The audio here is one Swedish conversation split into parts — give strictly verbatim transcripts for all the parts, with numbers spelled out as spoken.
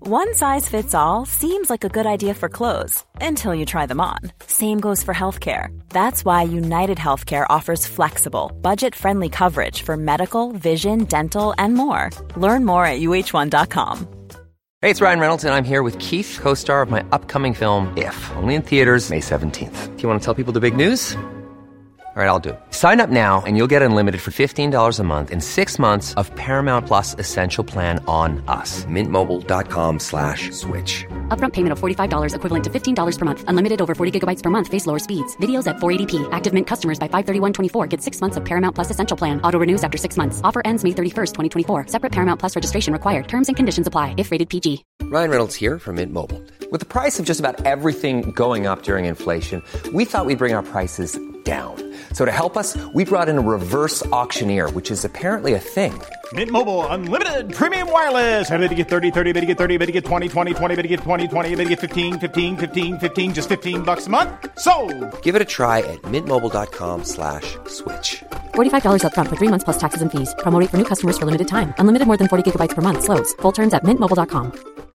One size fits all seems like a good idea for clothes until you try them on. Same goes for healthcare. That's why United Healthcare offers flexible, budget-friendly coverage for medical, vision, dental, and more. Learn more at U H one dot com. Hey, it's Ryan Reynolds, and I'm here with Keith, co-star of my upcoming film, If, only in theaters May seventeenth. Do you want to tell people the big news? All right, I'll do it. Sign up now and you'll get unlimited for fifteen dollars a month and six months of Paramount Plus Essential Plan on us. Mint Mobile dot com slash switch. Upfront payment of forty-five dollars equivalent to fifteen dollars per month. Unlimited over forty gigabytes per month. Face lower speeds. Videos at four eighty p. Active Mint customers by five thirty-one twenty-four get six months of Paramount Plus Essential Plan. Auto renews after six months. Offer ends May thirty-first, twenty twenty-four. Separate Paramount Plus registration required. Terms and conditions apply if rated P G. Ryan Reynolds here from Mint Mobile. With the price of just about everything going up during inflation, we thought we'd bring our prices down. So to help us, we brought in a reverse auctioneer, which is apparently a thing. Mint Mobile Unlimited Premium Wireless. How to get thirty, thirty, how to get thirty, how to get twenty, twenty, twenty, how to get twenty, twenty, how to get fifteen, fifteen, fifteen, fifteen, just fifteen bucks a month? Sold! Give it a try at mintmobile.com slash switch. forty-five dollars up front for three months plus taxes and fees. Promo rate for new customers for limited time. Unlimited more than forty gigabytes per month. Slows full terms at mint mobile dot com.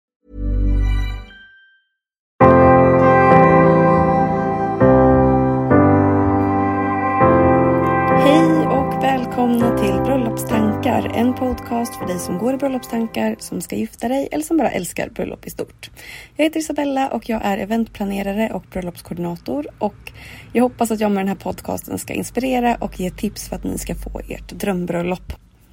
Välkomna till Bröllopstankar, en podcast för dig som går i bröllopstankar, som ska gifta dig eller som bara älskar bröllop i stort. Jag heter Isabella och jag är eventplanerare och bröllopskoordinator, och jag hoppas att jag med den här podcasten ska inspirera och ge tips för att ni ska få ert drömbröllop.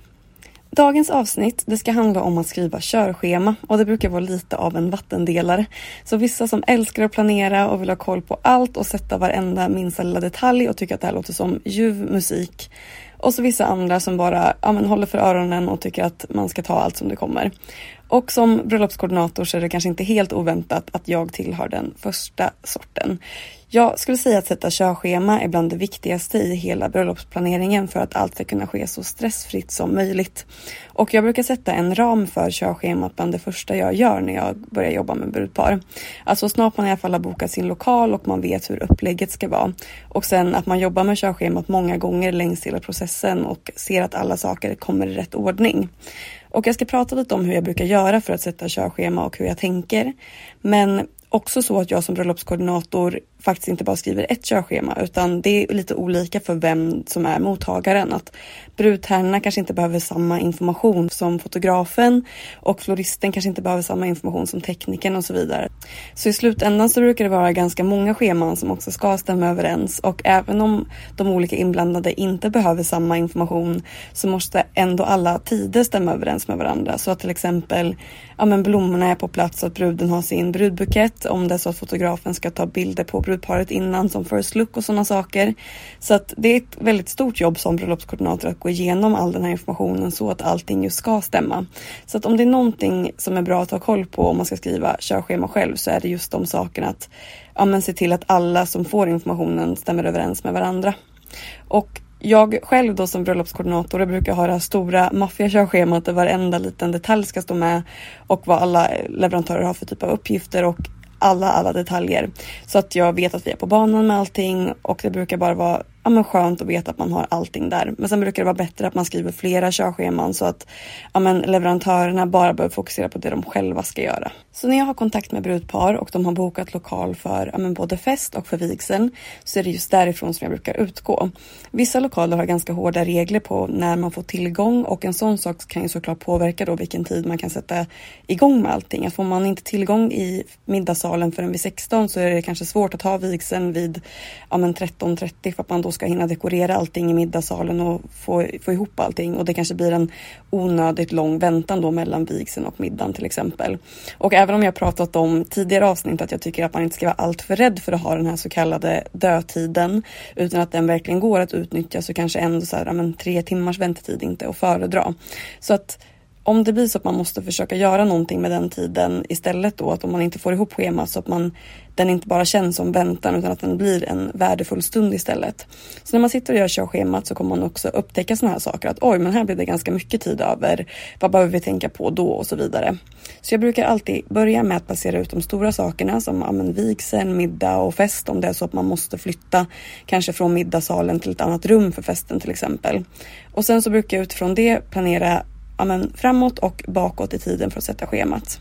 Dagens avsnitt, det ska handla om att skriva körschema, och det brukar vara lite av en vattendelare. Så vissa som älskar att planera och vill ha koll på allt och sätta varenda minsta lilla detalj och tycker att det här låter som ljuv musik. Och så vissa andra som bara ja, men håller för öronen och tycker att man ska ta allt som det kommer. Och som bröllopskoordinator så är det kanske inte helt oväntat att jag tillhör den första sorten. Jag skulle säga att sätta körschema är bland det viktigaste i hela bröllopsplaneringen för att allt ska kunna ske så stressfritt som möjligt. Och jag brukar sätta en ram för körschemat bland det första jag gör när jag börjar jobba med brudpar. Alltså snart man i alla fall har bokat sin lokal och man vet hur upplägget ska vara. Och sen att man jobbar med körschemat många gånger längs hela processen och ser att alla saker kommer i rätt ordning. Och jag ska prata lite om hur jag brukar göra för att sätta körschema och hur jag tänker. Men också så att jag som bröllopskoordinator faktiskt inte bara skriver ett körschema, utan det är lite olika för vem som är mottagaren. Att brudtärnorna kanske inte behöver samma information som fotografen, och floristen kanske inte behöver samma information som tekniken och så vidare. Så i slutändan så brukar det vara ganska många scheman som också ska stämma överens, och även om de olika inblandade inte behöver samma information så måste ändå alla tider stämma överens med varandra. Så att till exempel ja, men blommorna är på plats så att bruden har sin brudbukett, om det är så att fotografen ska ta bilder på brudparet innan som first look och sådana saker. Så att det är ett väldigt stort jobb som bröllopskoordinator att gå igenom all den här informationen så att allting just ska stämma. Så att om det är någonting som är bra att ha koll på om man ska skriva körschema själv, så är det just de sakerna att ja, men se till att alla som får informationen stämmer överens med varandra. Och jag själv då som bröllopskoordinator, jag brukar ha det här stora maffiga körschemat där varenda liten detalj ska stå med och vad alla leverantörer har för typ av uppgifter och alla, alla detaljer. Så att jag vet att vi är på banan med allting, och det brukar bara vara ja, men skönt att veta att man har allting där. Men sen brukar det vara bättre att man skriver flera körscheman så att ja, men leverantörerna bara behöver fokusera på det de själva ska göra. Så när jag har kontakt med brudpar och de har bokat lokal för ja, men både fest och för vigseln, så är det just därifrån som jag brukar utgå. Vissa lokaler har ganska hårda regler på när man får tillgång, och en sån sak kan ju såklart påverka då vilken tid man kan sätta igång med allting. Att får man inte tillgång i middagssalen förrän vid sexton, så är det kanske svårt att ha vigseln vid ja, men tretton trettio för att man då ska hinna dekorera allting i middagssalen och få, få ihop allting, och det kanske blir en onödigt lång väntan då mellan vigseln och middagen till exempel. Och även om jag pratat om tidigare avsnitt att jag tycker att man inte ska vara allt för rädd för att ha den här så kallade dödtiden, utan att den verkligen går att utnyttja, så kanske ändå så här, ja, men tre timmars väntetid inte att föredra. Så att om det blir så att man måste försöka göra någonting med den tiden istället då, att om man inte får ihop schemat så att man, den inte bara känns som väntan utan att den blir en värdefull stund istället. Så när man sitter och gör körschemat så kommer man också upptäcka såna här saker, att oj, men här blir det ganska mycket tid över, vad behöver vi tänka på då och så vidare. Så jag brukar alltid börja med att passera ut de stora sakerna som ja, men vigseln, middag och fest, om det är så att man måste flytta kanske från middagssalen till ett annat rum för festen till exempel. Och sen så brukar jag utifrån det planera ja, men framåt och bakåt i tiden för att sätta schemat.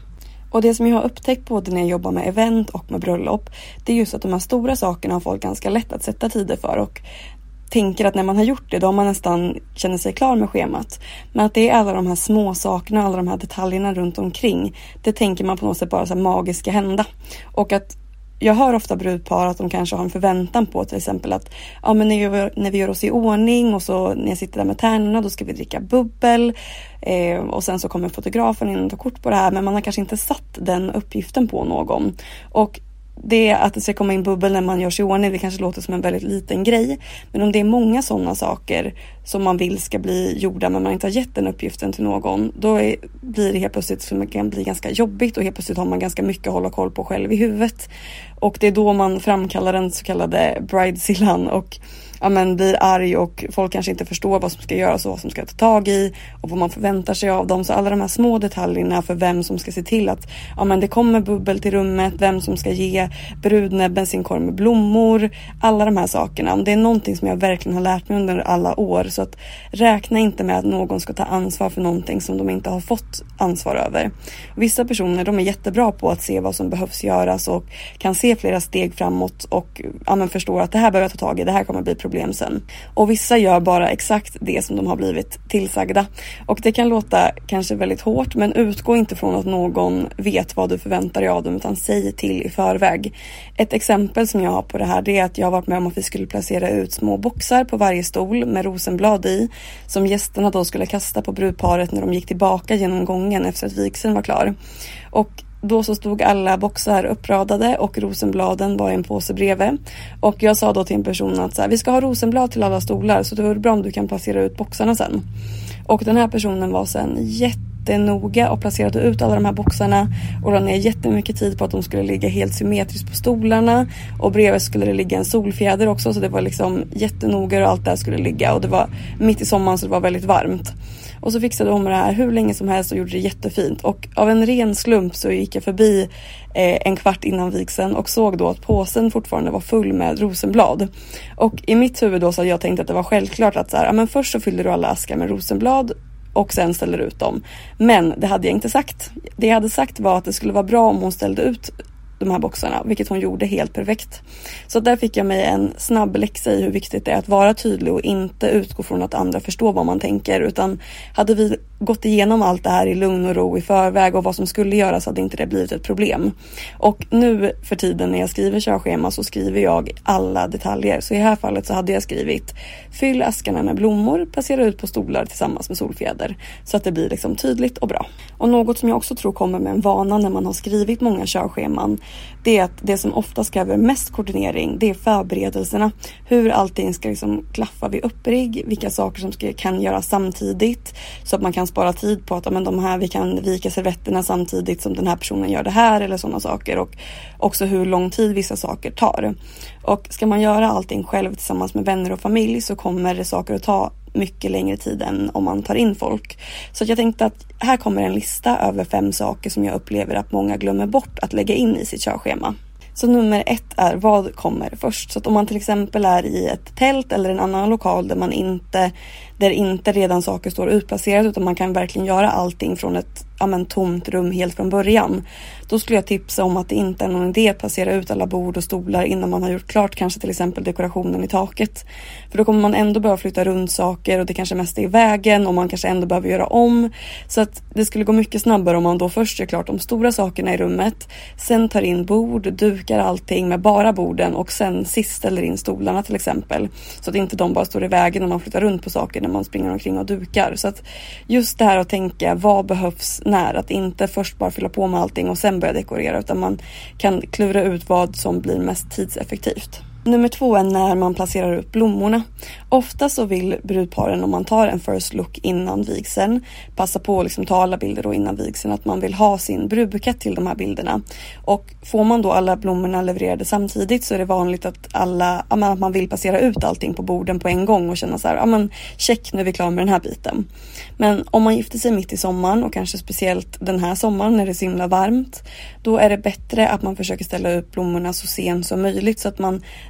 Och det som jag har upptäckt både när jag jobbar med event och med bröllop, det är just att de här stora sakerna har folk ganska lätt att sätta tider för och tänker att när man har gjort det, då har man nästan känner sig klar med schemat. Men att det är alla de här små sakerna, alla de här detaljerna runt omkring, det tänker man på något sätt bara så här magiska hända. Och att jag hör ofta brudpar att de kanske har en förväntan på till exempel att ja, men när, vi, när vi gör oss i ordning och så när jag sitter där med tärnorna, då ska vi dricka bubbel eh, och sen så kommer fotografen in och tar kort på det här, men man har kanske inte satt den uppgiften på någon. Och det att det ska komma in bubbel när man gör sig i ordning, det kanske låter som en väldigt liten grej. Men om det är många sådana saker som man vill ska bli gjorda men man inte har gett den uppgiften till någon, då är, blir det helt plötsligt som kan bli ganska jobbigt och helt plötsligt har man ganska mycket att hålla koll på själv i huvudet. Och det är då man framkallar den så kallade bridezillan och ja, men blir arg och folk kanske inte förstår vad som ska göras och vad som ska ta tag i och vad man förväntar sig av dem. Så alla de här små detaljerna för vem som ska se till att ja, men det kommer bubbel till rummet, vem som ska ge brudnäbben sin korg med blommor, alla de här sakerna. Det är någonting som jag verkligen har lärt mig under alla år, så att räkna inte med att någon ska ta ansvar för någonting som de inte har fått ansvar över. Vissa personer, de är jättebra på att se vad som behövs göras och kan se flera steg framåt och ja, men förstår att det här behöver jag ta tag i, det här kommer bli problem sen. Och vissa gör bara exakt det som de har blivit tillsagda. Och det kan låta kanske väldigt hårt, men utgå inte från att någon vet vad du förväntar dig av dem, utan säg till i förväg. Ett exempel som jag har på det här, det är att jag har varit med om att vi skulle placera ut små boxar på varje stol med rosenblad i, som gästerna då skulle kasta på brudparet när de gick tillbaka genom gången efter att vigseln var klar. Och då så stod alla boxar uppradade och rosenbladen var i en påse bredvid. Och jag sa då till en person att så här, vi ska ha rosenblad till alla stolar, så det vore bra om du kan placera ut boxarna sen. Och den här personen var sen jättenoga och placerade ut alla de här boxarna och la ner jättemycket tid på att de skulle ligga helt symmetriskt på stolarna. Och bredvid skulle det ligga en solfjäder också, så det var liksom jättenoga och allt där skulle ligga. Och det var mitt i sommaren så det var väldigt varmt. Och så fixade hon med det här hur länge som helst och gjorde det jättefint. Och av en ren slump så gick jag förbi eh, en kvart innan vigseln och såg då att påsen fortfarande var full med rosenblad. Och i mitt huvud då så hade jag tänkt att det var självklart att så här, ja, men först så fyllde du alla askar med rosenblad och sen ställer ut dem. Men det hade jag inte sagt. Det jag hade sagt var att det skulle vara bra om hon ställde ut de här boxarna, vilket hon gjorde helt perfekt. Så där fick jag mig en snabb läxa i hur viktigt det är att vara tydlig och inte utgå från att andra förstår vad man tänker, utan hade vi gått igenom allt det här i lugn och ro i förväg och vad som skulle göras, hade inte det blivit ett problem. Och nu för tiden när jag skriver körschema så skriver jag alla detaljer. Så i det här fallet så hade jag skrivit fyll askarna med blommor, placera ut på stolar tillsammans med solfjäder, så att det blir liksom tydligt och bra. Och något som jag också tror kommer med en vana när man har skrivit många körscheman, det är att det som oftast kräver mest koordinering, det är förberedelserna. Hur allting ska liksom klaffa vid upprigg, vilka saker som ska, kan göras samtidigt, så att man kan spara tid på att men de här, vi kan vika servetterna samtidigt som den här personen gör det här eller sådana saker. Och också hur lång tid vissa saker tar. Och ska man göra allting själv tillsammans med vänner och familj så kommer det saker att ta mycket längre tid än om man tar in folk. Så jag tänkte att här kommer en lista över fem saker som jag upplever att många glömmer bort att lägga in i sitt körschema. Så nummer ett är, vad kommer först? Så att om man till exempel är i ett tält eller en annan lokal där man inte, där inte redan saker står utplacerat, utan man kan verkligen göra allting från ett ja, men, tomt rum helt från början. Då skulle jag tipsa om att det inte är någon idé att placera ut alla bord och stolar innan man har gjort klart kanske till exempel dekorationen i taket. För då kommer man ändå behöva flytta runt saker och det kanske mest är i vägen och man kanske ändå behöver göra om. Så att det skulle gå mycket snabbare om man då först gör klart de stora sakerna i rummet, sen tar in bord, dukar allting med bara borden och sen sist ställer in stolarna till exempel. Så att inte de bara står i vägen när man flyttar runt på saker när man springer omkring och dukar. Så att just det här att tänka vad behövs när, att inte först bara fylla på med allting och sen börja dekorera, utan man kan klura ut vad som blir mest tidseffektivt. Nummer två är när man placerar ut blommorna. Ofta så vill brudparen, om man tar en first look innan vigseln, passa på att liksom ta alla bilder då innan vigseln, att man vill ha sin brudbukett till de här bilderna. Och får man då alla blommorna levererade samtidigt så är det vanligt att alla, att man vill passera ut allting på borden på en gång och känna så här, ja men check, nu är vi klara med den här biten. Men om man gifter sig mitt i sommaren och kanske speciellt den här sommaren när det är så himla varmt, då är det bättre att man försöker ställa upp blommorna så sent som möjligt, så att man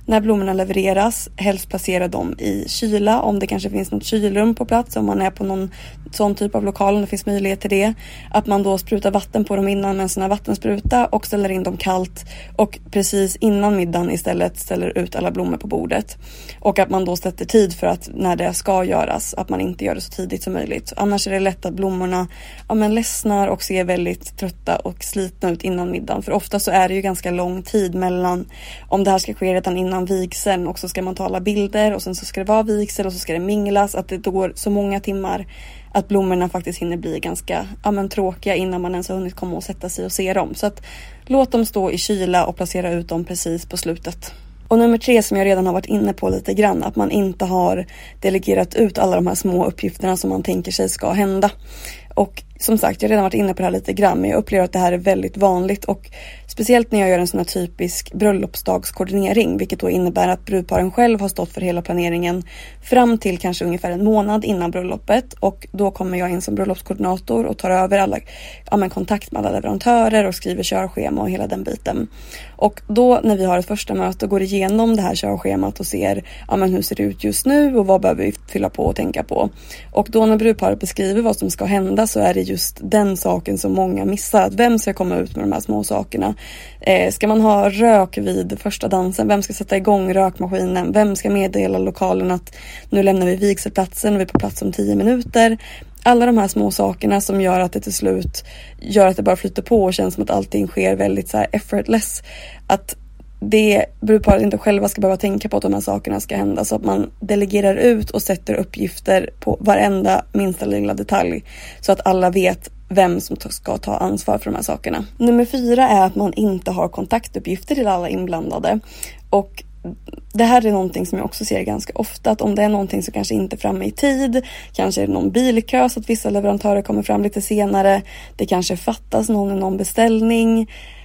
när blommorna levereras, helst placera dem i kyla om det kanske finns något kylrum på plats, om man är på någon sån typ av lokal om det finns möjlighet till det. Att man då sprutar vatten på dem innan med en sån här vattenspruta och ställer in dem kallt och precis innan middagen istället ställer ut alla blommor på bordet. Och att man då sätter tid för att när det ska göras, att man inte gör det så tidigt som möjligt. Annars är det lätt att blommorna ja, men ledsnar och ser väldigt trötta och slitna ut innan middagen. För ofta så är det ju ganska lång tid mellan om det här ska ske redan innan vigseln och så ska man ta alla bilder och sen så ska det vara vigsel och så ska det minglas. Att det går så många timmar att blommorna faktiskt hinner bli ganska ja, men tråkiga innan man ens har hunnit komma och sätta sig och se dem. Så att låt dem stå i kyla och placera ut dem precis på slutet. Och nummer tre som jag redan har varit inne på lite grann, att man inte har delegerat ut alla de här små uppgifterna som man tänker sig ska hända. Och som sagt, jag har redan varit inne på det här lite grann, men jag upplever att det här är väldigt vanligt och speciellt när jag gör en sån här typisk bröllopsdagskoordinering, vilket då innebär att brudparen själv har stått för hela planeringen fram till kanske ungefär en månad innan bröllopet, och då kommer jag in som bröllopskoordinator och tar över alla ja, men kontakt med alla leverantörer och skriver körschema och hela den biten. Och då när vi har ett första möte och går igenom det här körschemat och ser ja, men hur ser det ut just nu och vad behöver vi fylla på och tänka på. Och då när brudparet beskriver vad som ska hända så är det just den saken som många missar. Att vem ska komma ut med de här små sakerna? Eh, ska man ha rök vid första dansen? Vem ska sätta igång rökmaskinen? Vem ska meddela lokalen att nu lämnar vi vigselplatsen och vi är på plats om tio minuter? Alla de här små sakerna som gör att det till slut gör att det bara flyter på och känns som att allting sker väldigt så här effortless. Att det brudparet inte själva ska behöva tänka på att de här sakerna ska hända, så att man delegerar ut och sätter uppgifter på varenda minsta lilla detalj så att alla vet vem som ska ta ansvar för de här sakerna. Nummer fyra är att man inte har kontaktuppgifter till alla inblandade. Och det här är någonting som jag också ser ganska ofta, att om det är någonting som kanske inte är framme i tid, kanske är det någon bilkö så att vissa leverantörer kommer fram lite senare, det kanske fattas någon i någon beställning.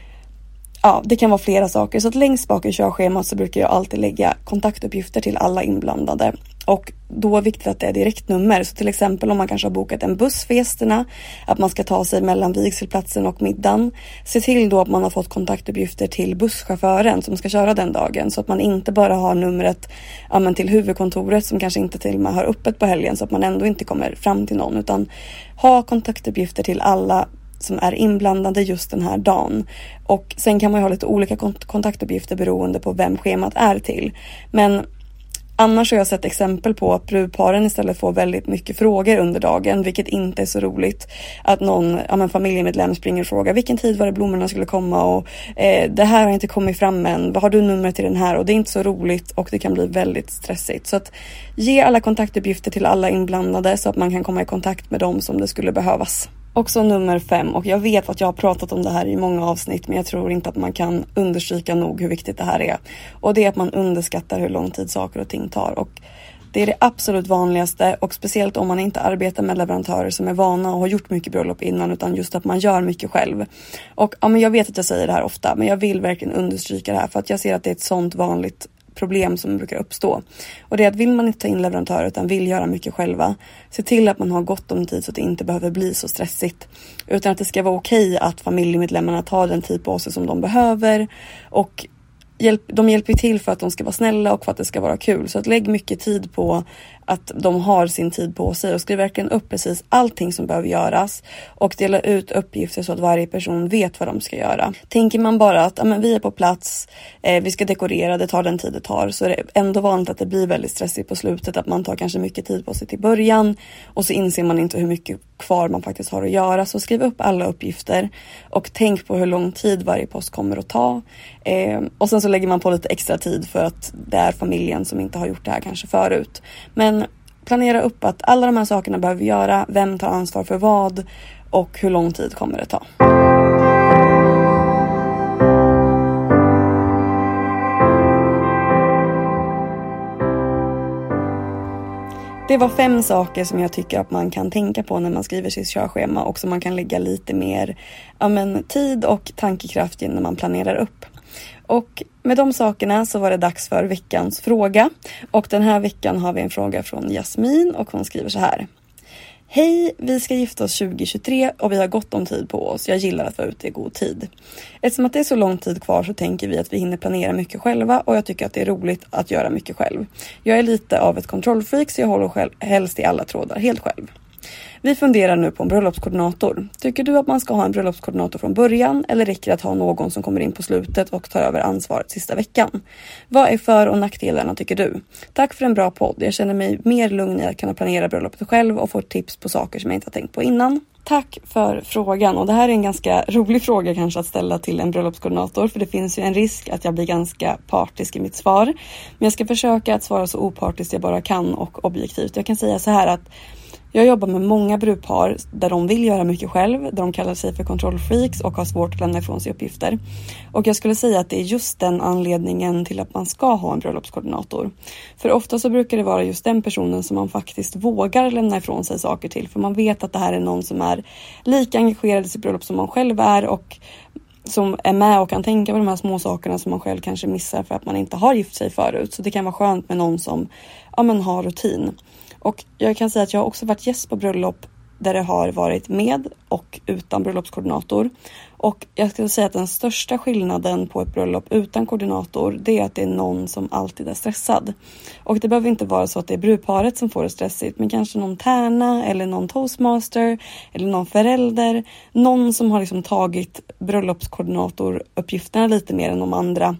Ja, det kan vara flera saker. Så att längst bak i körschemat så brukar jag alltid lägga kontaktuppgifter till alla inblandade. Och då är det viktigt att det är direktnummer. Så till exempel om man kanske har bokat en buss för gästerna, att man ska ta sig mellan vigselplatsen och middagen. Se till då att man har fått kontaktuppgifter till busschauffören som ska köra den dagen. Så att man inte bara har numret ja, men till huvudkontoret som kanske inte till och med har öppet på helgen så att man ändå inte kommer fram till någon. Utan ha kontaktuppgifter till alla som är inblandade just den här dagen. Och sen kan man ju ha lite olika kont- kontaktuppgifter beroende på vem schemat är till. Men annars har jag sett exempel på att brudparen istället får väldigt mycket frågor under dagen, vilket inte är så roligt. Att någon ja, men familjemedlem springer och frågar vilken tid var det blommorna skulle komma och eh, det här har inte kommit fram än. Vad har du nummer till den här? Och det är inte så roligt och det kan bli väldigt stressigt. Så att ge alla kontaktuppgifter till alla inblandade så att man kan komma i kontakt med dem som det skulle behövas. Också nummer fem, och jag vet att jag har pratat om det här i många avsnitt, men jag tror inte att man kan understryka nog hur viktigt det här är. Och det är att man underskattar hur lång tid saker och ting tar. Och det är det absolut vanligaste, och speciellt om man inte arbetar med leverantörer som är vana och har gjort mycket bröllop innan, utan just att man gör mycket själv. Och ja, men jag vet att jag säger det här ofta, men jag vill verkligen understryka det här för att jag ser att det är ett sånt vanligt problem som brukar uppstå. Och det är att vill man inte ta in leverantörer utan vill göra mycket själva, se till att man har gott om tid så att det inte behöver bli så stressigt. Utan att det ska vara okej att familjemedlemmarna tar den tid på sig som de behöver. Och hjälp, de hjälper till för att de ska vara snälla och för att det ska vara kul. Så att lägg mycket tid på att de har sin tid på sig och skriv verkligen upp precis allting som behöver göras och dela ut uppgifter så att varje person vet vad de ska göra. Tänker man bara att ja, men vi är på plats, eh, vi ska dekorera, det tar den tid det tar, så är det ändå vanligt att det blir väldigt stressigt på slutet, att man tar kanske mycket tid på sig till början och så inser man inte hur mycket kvar man faktiskt har att göra. Så skriv upp alla uppgifter och tänk på hur lång tid varje post kommer att ta. Eh, och sen så lägger man på lite extra tid för att det är familjen som inte har gjort det här kanske förut. Men planera upp att alla de här sakerna behöver vi göra, vem tar ansvar för vad och hur lång tid kommer det ta. Det var fem saker som jag tycker att man kan tänka på när man skriver sitt körschema och som man kan lägga lite mer ja, men, tid och tankekraft när man planerar upp. Och med de sakerna så var det dags för veckans fråga. Och den här veckan har vi en fråga från Jasmin och hon skriver så här. Hej, vi ska gifta oss tjugo tjugotre och vi har gott om tid på oss. Jag gillar att vara ute i god tid. Eftersom att det är så lång tid kvar så tänker vi att vi hinner planera mycket själva och jag tycker att det är roligt att göra mycket själv. Jag är lite av ett kontrollfreak så jag håller själv, helst i alla trådar helt själv. Vi funderar nu på en bröllopskoordinator. Tycker du att man ska ha en bröllopskoordinator från början eller räcker det att ha någon som kommer in på slutet och tar över ansvaret sista veckan? Vad är för- och nackdelarna tycker du? Tack för en bra podd. Jag känner mig mer lugn i att kunna planera bröllopet själv och få tips på saker som jag inte har tänkt på innan. Tack för frågan, och det här är en ganska rolig fråga kanske att ställa till en bröllopskoordinator, för det finns ju en risk att jag blir ganska partisk i mitt svar. Men jag ska försöka att svara så opartiskt jag bara kan och objektivt. Jag kan säga så här att jag jobbar med många brudpar där de vill göra mycket själv, där de kallar sig för kontrollfreaks och har svårt att lämna ifrån sig uppgifter. Och jag skulle säga att det är just den anledningen till att man ska ha en bröllopskoordinator. För ofta så brukar det vara just den personen som man faktiskt vågar lämna ifrån sig saker till. För man vet att det här är någon som är lika engagerad i sitt bröllop som man själv är och som är med och kan tänka på de här små sakerna som man själv kanske missar för att man inte har gift sig förut. Så det kan vara skönt med någon som ja, men har rutin. Och jag kan säga att jag har också varit gäst på bröllop där det har varit med och utan bröllopskoordinator. Och jag skulle säga att den största skillnaden på ett bröllop utan koordinator, det är att det är någon som alltid är stressad. Och det behöver inte vara så att det är brudparet som får det stressigt, men kanske någon tärna eller någon toastmaster eller någon förälder. Någon som har liksom tagit bröllopskoordinatoruppgifterna lite mer än de andra.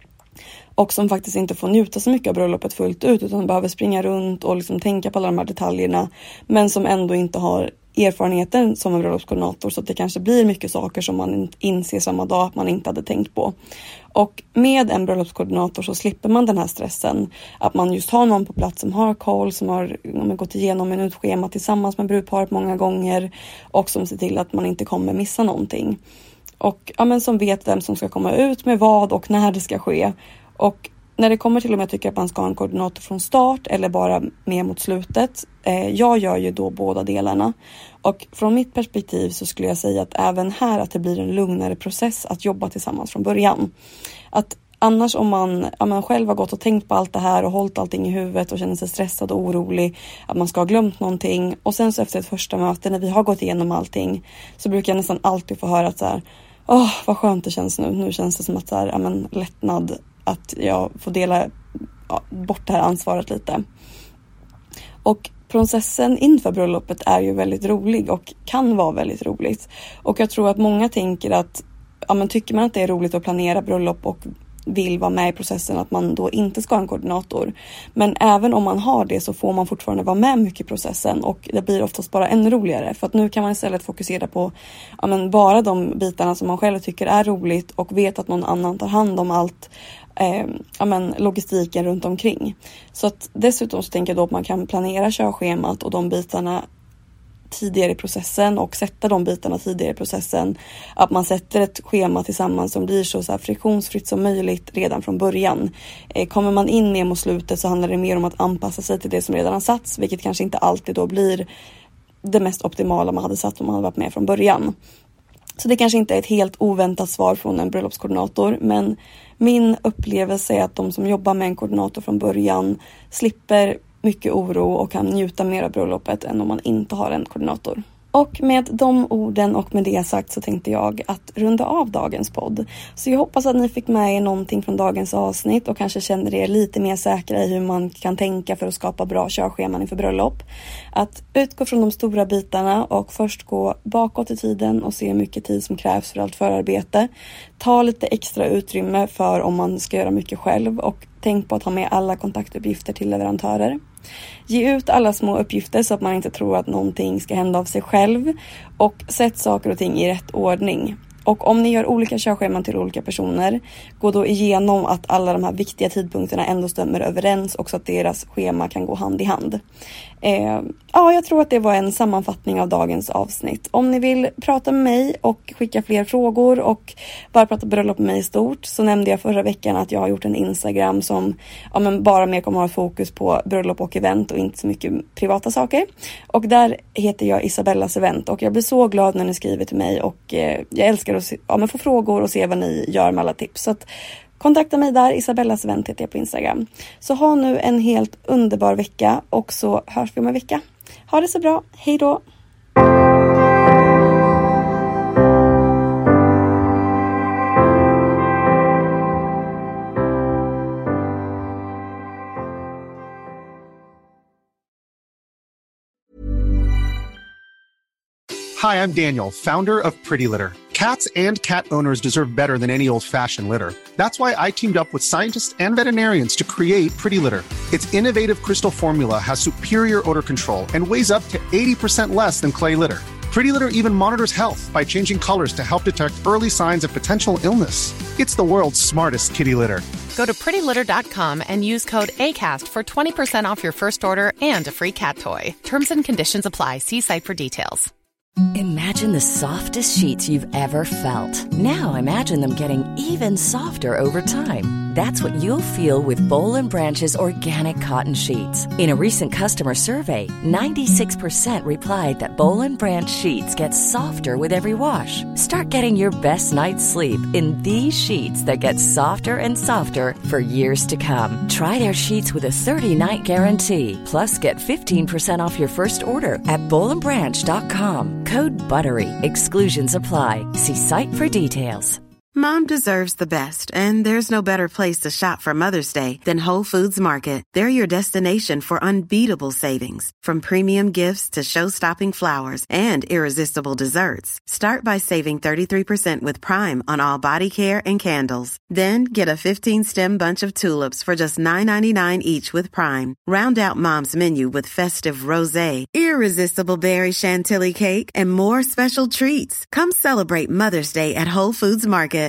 Och som faktiskt inte får njuta så mycket av bröllopet fullt ut, utan behöver springa runt och liksom tänka på alla de här detaljerna. Men som ändå inte har erfarenheten som en bröllopskoordinator, så att det kanske blir mycket saker som man inser samma dag att man inte hade tänkt på. Och med en bröllopskoordinator så slipper man den här stressen. Att man just har någon på plats som har koll, som har gått igenom en utschema tillsammans med brudparet många gånger. Och som ser till att man inte kommer missa någonting. Och ja, men som vet vem som ska komma ut med vad och när det ska ske. Och när det kommer till om jag tycker att man ska ha en koordinator från start eller bara med mot slutet. Eh, jag gör ju då båda delarna. Och från mitt perspektiv så skulle jag säga att även här att det blir en lugnare process att jobba tillsammans från början. Att annars om man, om man själv har gått och tänkt på allt det här och hållit allting i huvudet och känner sig stressad och orolig. Att man ska ha glömt någonting. Och sen så efter ett första möte när vi har gått igenom allting så brukar jag nästan alltid få höra att så här, åh vad skönt det känns nu. Nu känns det som att så här, ja, men, lättnad. Att jag får dela ja, bort det här ansvaret lite. Och processen inför bröllopet är ju väldigt rolig och kan vara väldigt roligt. Och jag tror att många tänker att ja, men tycker man att det är roligt att planera bröllop och vill vara med i processen, att man då inte ska ha en koordinator. Men även om man har det så får man fortfarande vara med mycket i processen och det blir oftast bara ännu roligare. För att nu kan man istället fokusera på ja, men bara de bitarna som man själv tycker är roligt och vet att någon annan tar hand om allt. Eh, ja, men logistiken runt omkring. Så att dessutom så tänker jag då att man kan planera körschemat och de bitarna tidigare i processen och sätta de bitarna tidigare i processen. Att man sätter ett schema tillsammans som blir så, så här friktionsfritt som möjligt redan från början. Eh, kommer man in mer mot slutet så handlar det mer om att anpassa sig till det som redan har satts, vilket kanske inte alltid då blir det mest optimala man hade satt om man hade varit med från början. Så det kanske inte är ett helt oväntat svar från en bröllopskoordinator, men min upplevelse är att de som jobbar med en koordinator från början slipper mycket oro och kan njuta mer av bröllopet än om man inte har en koordinator. Och med de orden och med det sagt så tänkte jag att runda av dagens podd. Så jag hoppas att ni fick med er någonting från dagens avsnitt och kanske känner er lite mer säkra i hur man kan tänka för att skapa bra körscheman inför bröllop. Att utgå från de stora bitarna och först gå bakåt i tiden och se hur mycket tid som krävs för allt förarbete. Ta lite extra utrymme för om man ska göra mycket själv och tänk på att ha med alla kontaktuppgifter till leverantörer. Ge ut alla små uppgifter så att man inte tror att någonting ska hända av sig själv. Och sätt saker och ting i rätt ordning. Och om ni gör olika körscheman till olika personer, gå då igenom att alla de här viktiga tidpunkterna ändå stämmer överens och så att deras schema kan gå hand i hand. Eh, ja, jag tror att det var en sammanfattning av dagens avsnitt. Om ni vill prata med mig och skicka fler frågor och bara prata bröllop med mig i stort, så nämnde jag förra veckan att jag har gjort en Instagram som ja, men bara mer kommer att ha fokus på bröllop och event och inte så mycket privata saker. Och där heter jag Isabellas event och jag blir så glad när ni skriver till mig och eh, jag älskar att se, ja, men få frågor och se vad ni gör med alla tips. Så att kontakta mig där, Isabellas event heter jag på Instagram. Så ha nu en helt underbar vecka och så hörs vi om en vecka. Ha det så bra, hej då! Hi, I'm Daniel, founder of Pretty Litter. Cats and cat owners deserve better than any old-fashioned litter. That's why I teamed up with scientists and veterinarians to create Pretty Litter. Its innovative crystal formula has superior odor control and weighs up to eighty percent less than clay litter. Pretty Litter even monitors health by changing colors to help detect early signs of potential illness. It's the world's smartest kitty litter. Go to pretty litter dot com and use code ACAST for twenty percent off your first order and a free cat toy. Terms and conditions apply. See site for details. Imagine the softest sheets you've ever felt. Now imagine them getting even softer over time. That's what you'll feel with Boll and Branch's organic cotton sheets. In a recent customer survey, ninety-six percent replied that Boll and Branch sheets get softer with every wash. Start getting your best night's sleep in these sheets that get softer and softer for years to come. Try their sheets with a thirty-night guarantee. Plus, get fifteen percent off your first order at boll and branch dot com. Code BUTTERY. Exclusions apply. See site for details. Mom deserves the best, and there's no better place to shop for Mother's Day than Whole Foods Market. They're your destination for unbeatable savings, from premium gifts to show-stopping flowers and irresistible desserts. Start by saving thirty-three percent with Prime on all body care and candles. Then get a fifteen-stem bunch of tulips for just nine ninety-nine each with Prime. Round out Mom's menu with festive rosé, irresistible berry chantilly cake, and more special treats. Come celebrate Mother's Day at Whole Foods Market.